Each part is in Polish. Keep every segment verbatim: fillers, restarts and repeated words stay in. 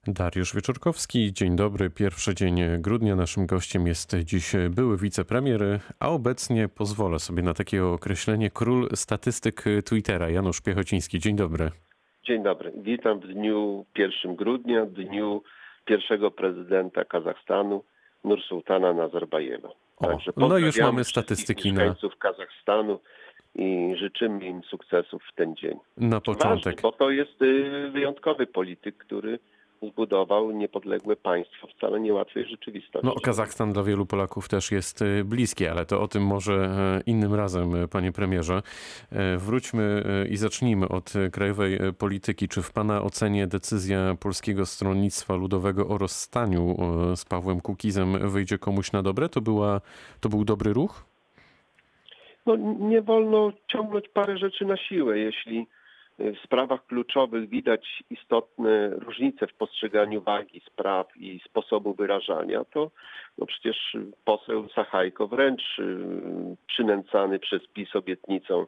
Dariusz Wieczorkowski, dzień dobry. Pierwszy dzień grudnia. Naszym gościem jest dziś były wicepremier, a obecnie, pozwolę sobie na takie określenie, król statystyk Twittera, Janusz Piechociński. Dzień dobry. Dzień dobry. Witam w dniu pierwszego grudnia, dniu pierwszego prezydenta Kazachstanu, Nursultana Nazarbajewa. Także o, no już mamy statystyki na mieszkańców Kazachstanu i życzymy im sukcesów w ten dzień. Na początek. Ważne, bo to jest wyjątkowy polityk, który zbudował niepodległe państwo w wcale niełatwej rzeczywistości. No, Kazachstan dla wielu Polaków też jest bliski, ale to o tym może innym razem, panie premierze. Wróćmy i zacznijmy od krajowej polityki. Czy w pana ocenie decyzja Polskiego Stronnictwa Ludowego o rozstaniu z Pawłem Kukizem wyjdzie komuś na dobre? To, była, to był dobry ruch? No, nie wolno ciągnąć parę rzeczy na siłę. Jeśli w sprawach kluczowych widać istotne różnice w postrzeganiu wagi spraw i sposobu wyrażania, to no przecież poseł Sachajko, wręcz przynęcany przez PiS obietnicą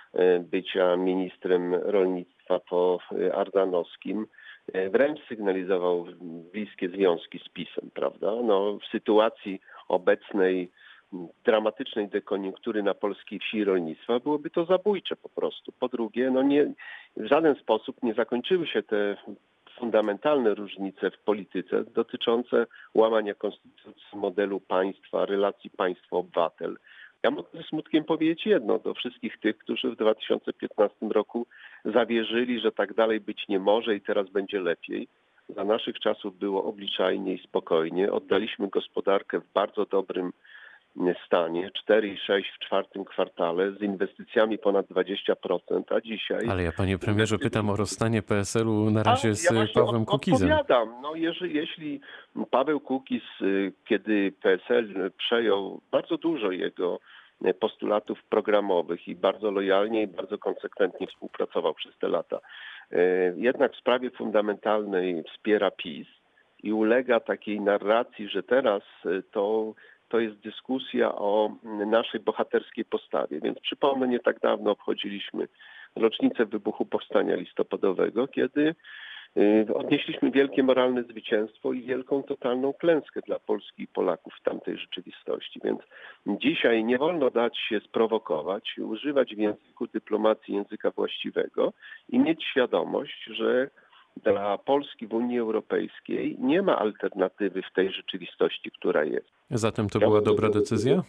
bycia ministrem rolnictwa po Ardanowskim, wręcz sygnalizował bliskie związki z PiS-em, prawda? No, w sytuacji obecnej dramatycznej dekoniunktury na polskiej wsi i rolnictwa byłoby to zabójcze po prostu. Po drugie, no nie, w żaden sposób nie zakończyły się te fundamentalne różnice w polityce dotyczące łamania konstytucji, modelu państwa, relacji państwo-obywatel. Ja mogę ze smutkiem powiedzieć jedno do wszystkich tych, którzy w dwa tysiące piętnastym roku zawierzyli, że tak dalej być nie może i teraz będzie lepiej. Za naszych czasów było obliczajnie i spokojnie. Oddaliśmy gospodarkę w bardzo dobrym stanie, cztery i sześć w czwartym kwartale z inwestycjami ponad dwadzieścia procent, a dzisiaj... Ale ja, panie premierze, pytam o rozstanie P S L u na razie z ja Pawłem od, Kukizem. Odpowiadam. No, jeżeli, jeśli Paweł Kukiz, kiedy P S L przejął bardzo dużo jego postulatów programowych i bardzo lojalnie i bardzo konsekwentnie współpracował przez te lata, jednak w sprawie fundamentalnej wspiera PiS i ulega takiej narracji, że teraz to to jest dyskusja o naszej bohaterskiej postawie. Więc przypomnę, nie tak dawno obchodziliśmy rocznicę wybuchu Powstania Listopadowego, kiedy odnieśliśmy wielkie moralne zwycięstwo i wielką totalną klęskę dla Polski i Polaków w tamtej rzeczywistości. Więc dzisiaj nie wolno dać się sprowokować, używać w języku dyplomacji języka właściwego i mieć świadomość, że dla Polski w Unii Europejskiej nie ma alternatywy w tej rzeczywistości, która jest. Zatem to była dobra decyzja?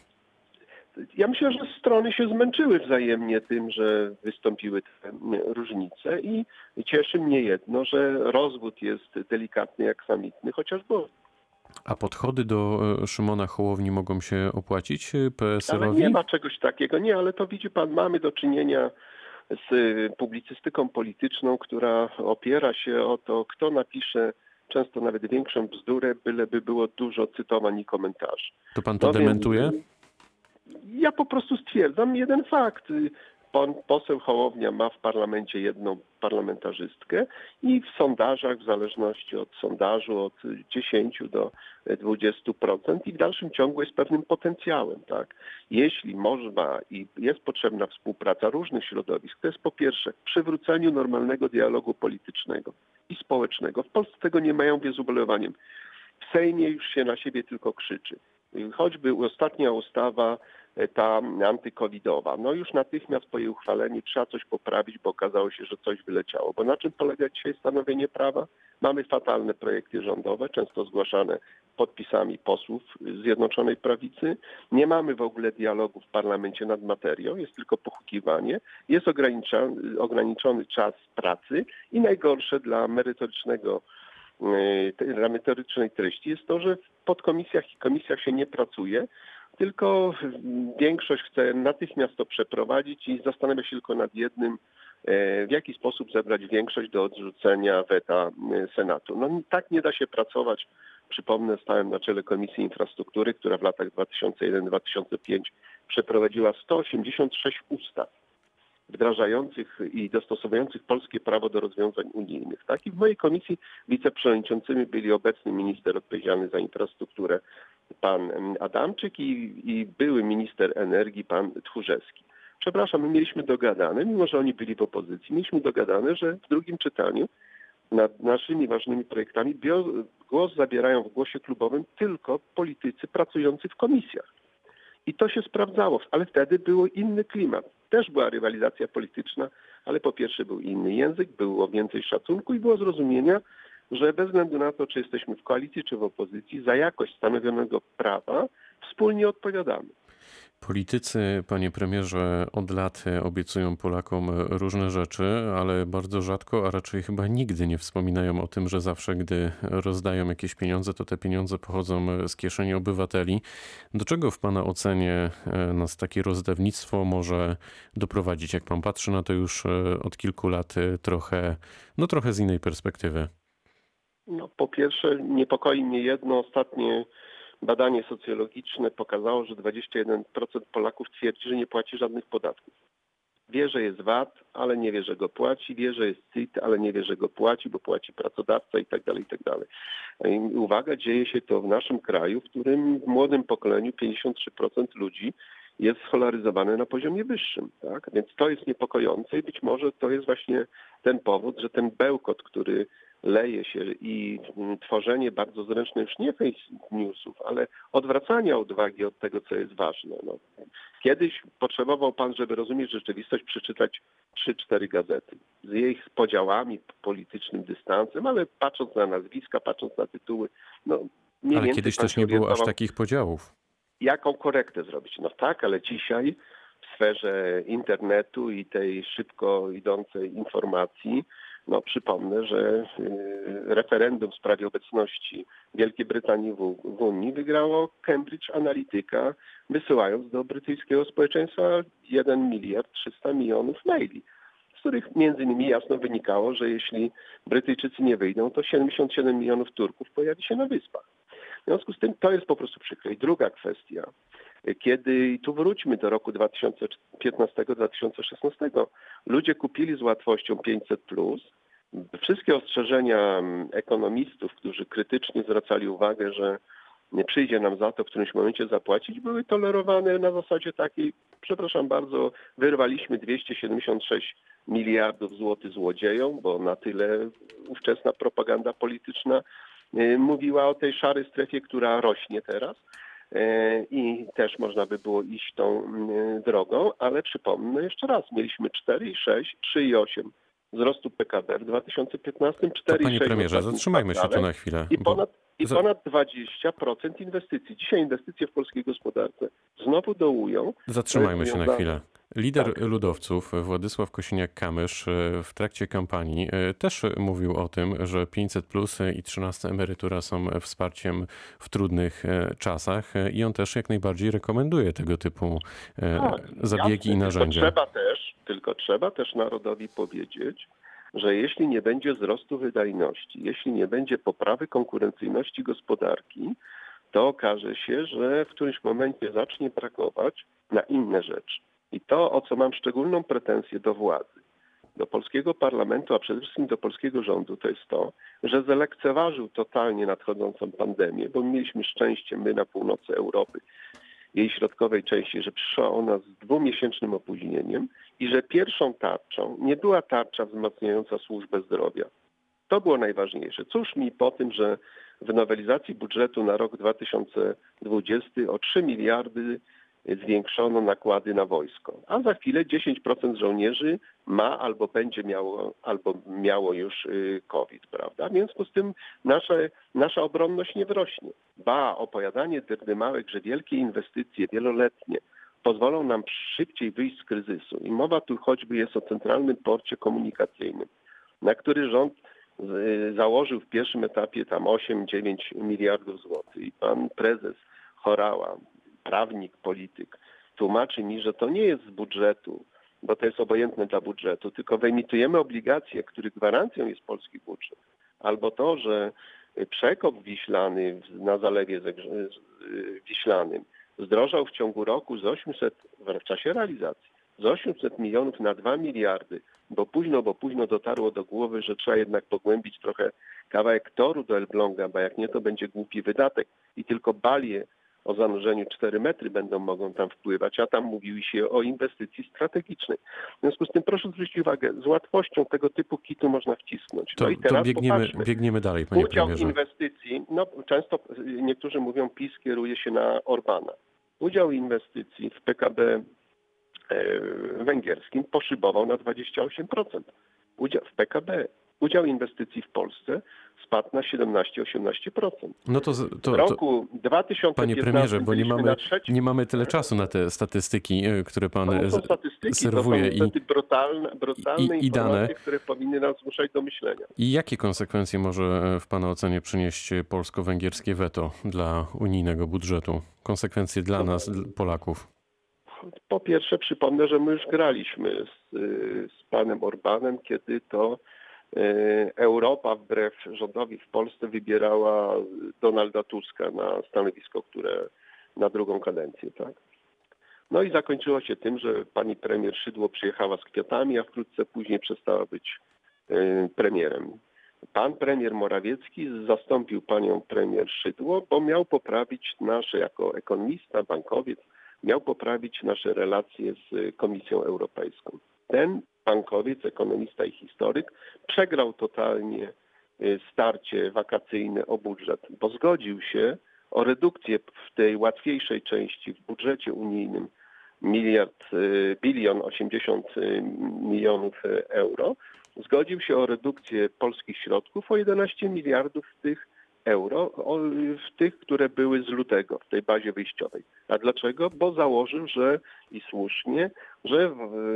Ja myślę, że strony się zmęczyły wzajemnie tym, że wystąpiły te różnice i cieszy mnie jedno, że rozwód jest delikatny jak samiczny, chociaż był. A podchody do Szymona Hołowni mogą się opłacić P S L owi? Ale nie ma czegoś takiego. Nie, ale to widzi pan, mamy do czynienia z publicystyką polityczną, która opiera się o to, kto napisze często nawet większą bzdurę, byleby było dużo cytowań i komentarzy. To pan to no dementuje? Więc, ja po prostu stwierdzam jeden fakt. Pan poseł Hołownia ma w parlamencie jedną parlamentarzystkę i w sondażach, w zależności od sondażu, od dziesięciu do dwudziestu procent i w dalszym ciągu jest pewnym potencjałem. Tak? Jeśli można i jest potrzebna współpraca różnych środowisk, to jest po pierwsze w przywróceniu normalnego dialogu politycznego i społecznego. W Polsce tego nie mają, wie z ubolewaniem. W Sejmie już się na siebie tylko krzyczy. Choćby ostatnia ustawa, ta antykowidowa, no już natychmiast po jej uchwaleniu trzeba coś poprawić, bo okazało się, że coś wyleciało. Bo na czym polega dzisiaj stanowienie prawa? Mamy fatalne projekty rządowe, często zgłaszane podpisami posłów Zjednoczonej Prawicy. Nie mamy w ogóle dialogu w parlamencie nad materią, jest tylko pochukiwanie. Jest ograniczony, ograniczony czas pracy i najgorsze dla merytorycznego dla merytorycznej treści jest to, że w podkomisjach i komisjach się nie pracuje, tylko większość chce natychmiast to przeprowadzić i zastanawia się tylko nad jednym, w jaki sposób zebrać większość do odrzucenia weta Senatu. No tak nie da się pracować. Przypomnę, stałem na czele Komisji Infrastruktury, która w latach dwa tysiące jeden do dwa tysiące piątego przeprowadziła sto osiemdziesiąt sześć ustaw wdrażających i dostosowujących polskie prawo do rozwiązań unijnych. Tak? I w mojej komisji wiceprzewodniczącymi byli obecny minister odpowiedzialny za infrastrukturę, pan Adamczyk i, i były minister energii, pan Tchórzewski. Przepraszam, my mieliśmy dogadane, mimo że oni byli w opozycji, mieliśmy dogadane, że w drugim czytaniu nad naszymi ważnymi projektami bio- głos zabierają w głosie klubowym tylko politycy pracujący w komisjach. I to się sprawdzało, ale wtedy był inny klimat. Też była rywalizacja polityczna, ale po pierwsze był inny język, było więcej szacunku i było zrozumienia, że bez względu na to, czy jesteśmy w koalicji, czy w opozycji, za jakość stanowionego prawa wspólnie odpowiadamy. Politycy, panie premierze, od lat obiecują Polakom różne rzeczy, ale bardzo rzadko, a raczej chyba nigdy nie wspominają o tym, że zawsze, gdy rozdają jakieś pieniądze, to te pieniądze pochodzą z kieszeni obywateli. Do czego w pana ocenie nas takie rozdawnictwo może doprowadzić, jak pan patrzy na to już od kilku lat trochę, no trochę z innej perspektywy? No, po pierwsze, niepokoi mnie jedno. Ostatnie badanie socjologiczne pokazało, że dwadzieścia jeden procent Polaków twierdzi, że nie płaci żadnych podatków. Wie, że jest V A T, ale nie wie, że go płaci. Wie, że jest C I T, ale nie wie, że go płaci, bo płaci pracodawca i tak dalej, i tak dalej. I uwaga, dzieje się to w naszym kraju, w którym w młodym pokoleniu pięćdziesiąt trzy procent ludzi jest scholaryzowane na poziomie wyższym. Tak? Więc to jest niepokojące i być może to jest właśnie ten powód, że ten bełkot, który leje się i tworzenie bardzo zręczne już nie fake newsów, ale odwracania uwagi od tego, co jest ważne. No. Kiedyś potrzebował pan, żeby rozumieć rzeczywistość, przeczytać trzy cztery gazety z ich podziałami, politycznym dystansem, ale patrząc na nazwiska, patrząc na tytuły, no mniej Ale kiedyś też nie było aż takich podziałów. Jaką korektę zrobić? No tak, ale dzisiaj w sferze internetu i tej szybko idącej informacji, no przypomnę, że referendum w sprawie obecności Wielkiej Brytanii w, w Unii wygrało Cambridge Analytica, wysyłając do brytyjskiego społeczeństwa jeden miliard trzysta milionów maili, z których między innymi jasno wynikało, że jeśli Brytyjczycy nie wyjdą, to siedemdziesiąt siedem milionów Turków pojawi się na wyspach. W związku z tym to jest po prostu przykre. I druga kwestia. Kiedy, i tu wróćmy do roku dwa tysiące piętnastego do dwa tysiące szesnastego, ludzie kupili z łatwością pięćset plus. Wszystkie ostrzeżenia ekonomistów, którzy krytycznie zwracali uwagę, że nie przyjdzie nam za to w którymś momencie zapłacić, były tolerowane na zasadzie takiej, przepraszam bardzo, wyrwaliśmy dwieście siedemdziesiąt sześć miliardów złotych złodziejom, bo na tyle ówczesna propaganda polityczna mówiła o tej szarej strefie, która rośnie teraz i też można by było iść tą drogą, ale przypomnę jeszcze raz, mieliśmy cztery i sześć, trzy i osiem wzrostu P K B w dwa tysiące piętnastym, cztery i sześć. Panie premierze, zatrzymajmy się tu na chwilę. I ponad, i ponad dwadzieścia procent inwestycji. Dzisiaj inwestycje w polskiej gospodarce znowu dołują. Zatrzymajmy się na chwilę. Lider tak. ludowców Władysław Kosiniak-Kamysz w trakcie kampanii też mówił o tym, że pięćset plus i trzynasta emerytura są wsparciem w trudnych czasach i on też jak najbardziej rekomenduje tego typu tak, zabiegi jasne, i narzędzia. Tylko trzeba też, tylko trzeba też narodowi powiedzieć, że jeśli nie będzie wzrostu wydajności, jeśli nie będzie poprawy konkurencyjności gospodarki, to okaże się, że w którymś momencie zacznie brakować na inne rzeczy. I to, o co mam szczególną pretensję do władzy, do polskiego parlamentu, a przede wszystkim do polskiego rządu, to jest to, że zlekceważył totalnie nadchodzącą pandemię, bo mieliśmy szczęście, my na północy Europy, jej środkowej części, że przyszła ona z dwumiesięcznym opóźnieniem i że pierwszą tarczą nie była tarcza wzmacniająca służbę zdrowia. To było najważniejsze. Cóż mi po tym, że w nowelizacji budżetu na rok dwa tysiące dwudziesty o trzy miliardy zwiększono nakłady na wojsko, a za chwilę dziesięć procent żołnierzy ma albo będzie miało, albo miało już COVID, prawda? W związku z tym nasza, nasza obronność nie wrośnie. Ba, opowiadanie drdymałek, że wielkie inwestycje wieloletnie pozwolą nam szybciej wyjść z kryzysu. I mowa tu choćby jest o centralnym porcie komunikacyjnym, na który rząd założył w pierwszym etapie tam osiem dziewięć miliardów złotych. I pan prezes Horała, prawnik, polityk, tłumaczy mi, że to nie jest z budżetu, bo to jest obojętne dla budżetu, tylko wyemitujemy obligacje, których gwarancją jest polski budżet. Albo to, że przekop wiślany na Zalewie Wiślanym zdrożał w ciągu roku z osiemset, w czasie realizacji, z osiemset milionów na dwa miliardy, bo późno, bo późno dotarło do głowy, że trzeba jednak pogłębić trochę kawałek toru do Elbląga, bo jak nie, to będzie głupi wydatek i tylko balie o zanurzeniu cztery metry będą mogą tam wpływać, a tam mówiło się o inwestycji strategicznej. W związku z tym proszę zwrócić uwagę, z łatwością tego typu kitu można wcisnąć. To, no i to teraz biegniemy, popatrzmy. biegniemy dalej, panie Udział premierze. inwestycji, no często niektórzy mówią, PiS kieruje się na Orbana. Udział inwestycji w P K B węgierskim poszybował na dwadzieścia osiem procent. Udział w P K B. Udział inwestycji w Polsce spadł na siedemnaście osiemnaście procent. No to, to, W to, roku dwa tysiące piętnastym panie premierze, bo nie byliśmy mamy, na trzecim. nie mamy tyle czasu na te statystyki, które pan To są statystyki, serwuje. to są niestety brutalne, brutalne i, i dane. informacje, które powinny nas zmuszać do myślenia. I jakie konsekwencje może w pana ocenie przynieść polsko-węgierskie weto dla unijnego budżetu? Konsekwencje dla nas, Polaków? Po pierwsze przypomnę, że my już graliśmy z, z panem Orbanem, kiedy to Europa wbrew rządowi w Polsce wybierała Donalda Tuska na stanowisko, które na drugą kadencję, tak? No i zakończyło się tym, że pani premier Szydło przyjechała z kwiatami, a wkrótce później przestała być premierem. Pan premier Morawiecki zastąpił panią premier Szydło, bo miał poprawić nasze, jako ekonomista, bankowiec, miał poprawić nasze relacje z Komisją Europejską. Ten bankowiec, ekonomista i historyk przegrał totalnie starcie wakacyjne o budżet, bo zgodził się o redukcję w tej łatwiejszej części w budżecie unijnym miliard, bilion osiemdziesiąt milionów euro, zgodził się o redukcję polskich środków o jedenaście miliardów w tych euro, w tych, które były z lutego, w tej bazie wyjściowej. A dlaczego? Bo założył, że i słusznie, że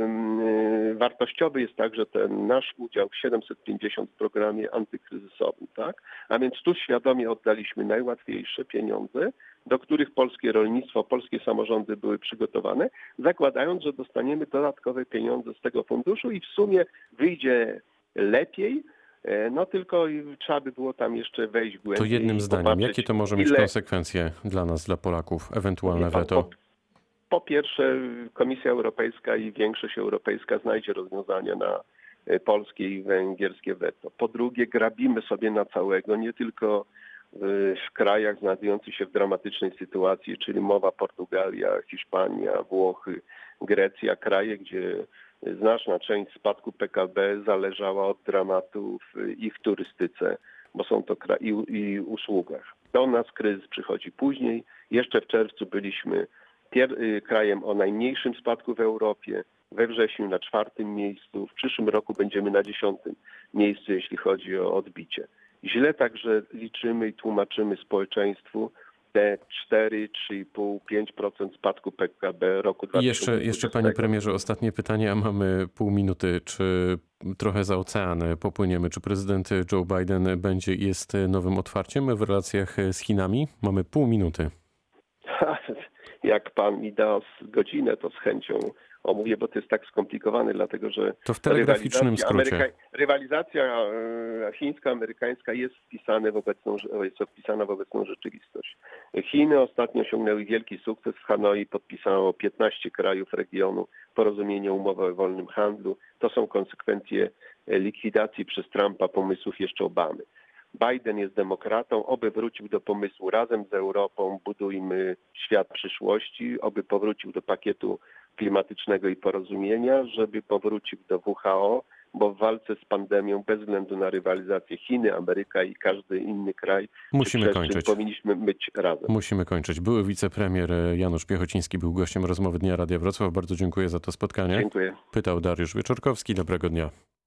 wartościowy jest także ten nasz udział w siedemset pięćdziesiąt w programie antykryzysowym, tak? A więc tu świadomie oddaliśmy najłatwiejsze pieniądze, do których polskie rolnictwo, polskie samorządy były przygotowane, zakładając, że dostaniemy dodatkowe pieniądze z tego funduszu i w sumie wyjdzie lepiej. No tylko trzeba by było tam jeszcze wejść głębiej. To jednym zdaniem, jakie to może mieć ile... konsekwencje dla nas, dla Polaków, ewentualne weto? Po, po pierwsze, Komisja Europejska i większość europejska znajdzie rozwiązania na polskie i węgierskie weto. Po drugie, grabimy sobie na całego, nie tylko w krajach znajdujących się w dramatycznej sytuacji, czyli mowa Portugalia, Hiszpania, Włochy, Grecja, kraje, gdzie znaczna część spadku P K B zależała od dramatu w ich turystyce, bo są to kraje i, i usługach. Do nas kryzys przychodzi później. Jeszcze w czerwcu byliśmy pier- krajem o najmniejszym spadku w Europie. We wrześniu na czwartym miejscu. W przyszłym roku będziemy na dziesiątym miejscu, jeśli chodzi o odbicie. Źle także liczymy i tłumaczymy społeczeństwu te cztery, trzy i pół, pięć procent spadku P K B roku dwa tysiące dwudziestego. I jeszcze, jeszcze panie premierze, ostatnie pytanie, a mamy pół minuty. Czy trochę za ocean popłyniemy? Czy prezydent Joe Biden będzie jest nowym otwarciem w relacjach z Chinami? Mamy pół minuty. Jak pan mi da godzinę, to z chęcią omówię, bo to jest tak skomplikowane, dlatego że to w telegraficznym skrócie. Ameryka... Rywalizacja chińsko-amerykańska jest wpisana w obecną, jest wpisana w obecną rzeczywistość. Chiny ostatnio osiągnęły wielki sukces. W Hanoi podpisało piętnaście krajów regionu porozumienie umowy o wolnym handlu. To są konsekwencje likwidacji przez Trumpa pomysłów jeszcze Obamy. Biden jest demokratą, oby wrócił do pomysłu razem z Europą, budujmy świat przyszłości, oby powrócił do pakietu klimatycznego i porozumienia, żeby powrócił do W H O, bo w walce z pandemią bez względu na rywalizację Chiny, Ameryka i każdy inny kraj musimy kończyć. Powinniśmy być razem. Musimy kończyć. Były wicepremier Janusz Piechociński był gościem rozmowy Dnia Radia Wrocław. Bardzo dziękuję za to spotkanie. Dziękuję. Pytał Dariusz Wieczorkowski. Dobrego dnia.